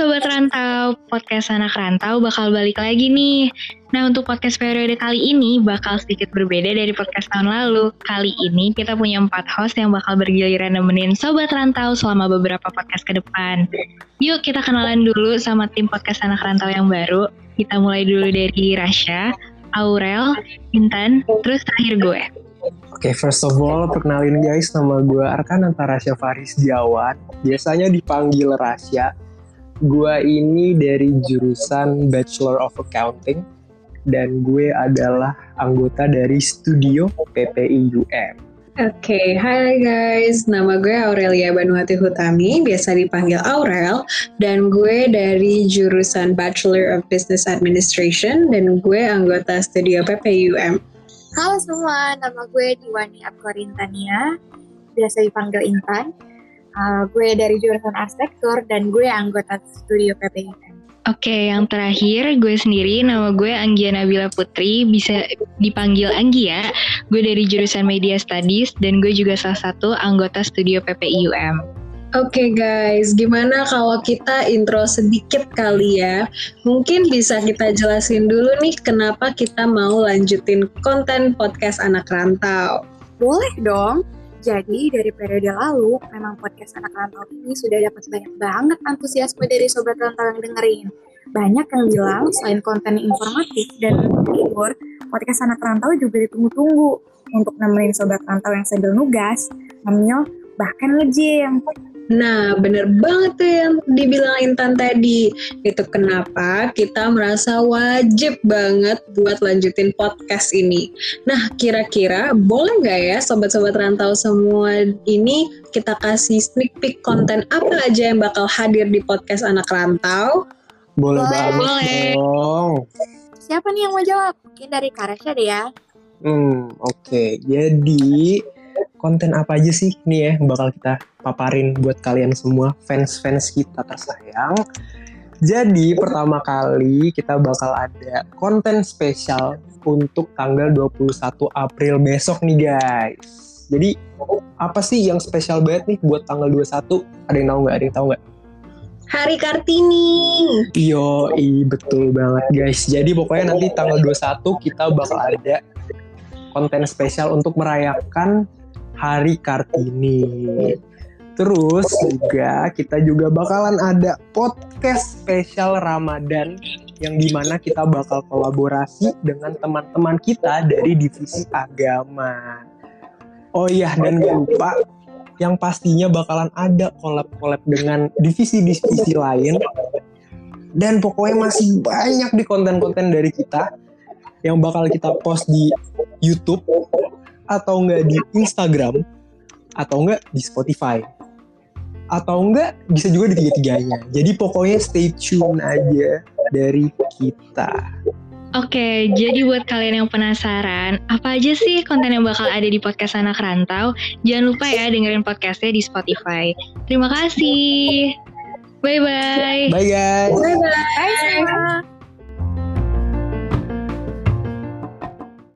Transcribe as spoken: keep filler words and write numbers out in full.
Sobat Rantau, podcast anak rantau bakal balik lagi nih. Nah, untuk podcast periode kali ini bakal sedikit berbeda dari podcast tahun lalu. Kali ini kita punya empat host yang bakal bergiliran nemenin Sobat Rantau selama beberapa podcast ke depan. Yuk kita kenalan dulu sama tim podcast anak rantau yang baru. Kita mulai dulu dari Rasya, Aurel, Intan, terus terakhir gue. Oke, okay, first of all, perkenalin guys, nama gue Arkananta Rasya Faris Diawan. Biasanya dipanggil Rasya. Gue ini dari jurusan Bachelor of Accounting dan gue adalah anggota dari studio P P I U M. Oke, okay, hai guys, nama gue Aurelia Banuhati Hutami, biasa dipanggil Aurel, dan gue dari jurusan Bachelor of Business Administration dan gue anggota studio P P I U M. Halo semua, nama gue Diwani Apkorintania, biasa dipanggil Intan. Uh, gue dari jurusan arsitektur dan gue anggota studio P P I U M. Oke, yang terakhir gue sendiri, nama gue Anggia Nabila Putri, bisa dipanggil Anggi ya. Gue dari jurusan Media Studies dan gue juga salah satu anggota studio P P I U M. Oke okay guys, gimana kalau kita intro sedikit kali ya? Mungkin bisa kita jelasin dulu nih kenapa kita mau lanjutin konten podcast anak rantau. Boleh dong. Jadi dari periode lalu, memang podcast anak rantau ini sudah dapat banyak banget antusiasme dari sobat rantau yang dengerin. Banyak yang bilang selain konten informatif dan menghibur, podcast anak rantau juga ditunggu-tunggu untuk nemenin sobat rantau yang sedang nugas, ngemil, bahkan nge-gym. Nah, bener banget tuh yang dibilang Intan tadi. Itu kenapa kita merasa wajib banget buat lanjutin podcast ini. Nah, kira-kira boleh nggak ya sobat-sobat rantau semua ini kita kasih sneak peek konten apa aja yang bakal hadir di podcast anak rantau? Boleh, boleh banget dong. Siapa nih yang mau jawab? Mungkin dari Karasya deh ya. Hmm, oke. Okay. Jadi konten apa aja sih nih ya yang bakal kita paparin buat kalian semua fans-fans kita tersayang. Jadi pertama kali kita bakal ada konten spesial untuk tanggal dua puluh satu April besok nih guys. Jadi apa sih yang spesial banget nih buat tanggal dua puluh satu? Ada yang tahu nggak? Ada yang tahu nggak? Hari Kartini. Yo, i betul banget guys. Jadi pokoknya nanti tanggal dua puluh satu kita bakal ada konten spesial untuk merayakan Hari Kartini. Terus juga kita juga bakalan ada podcast spesial Ramadan yang dimana kita bakal kolaborasi dengan teman-teman kita dari divisi agama. Oh iya, dan gak lupa yang pastinya bakalan ada collab-collab dengan divisi-divisi lain. Dan pokoknya masih banyak di konten-konten dari kita yang bakal kita post di YouTube atau enggak di Instagram, atau enggak di Spotify, atau enggak bisa juga di tiga-tiganya. Jadi pokoknya stay tune aja dari kita. Oke, jadi buat kalian yang penasaran, apa aja sih konten yang bakal ada di podcast anak rantau? Jangan lupa ya dengerin podcastnya di Spotify. Terima kasih. Bye-bye. Bye guys. Bye-bye. Bye semua.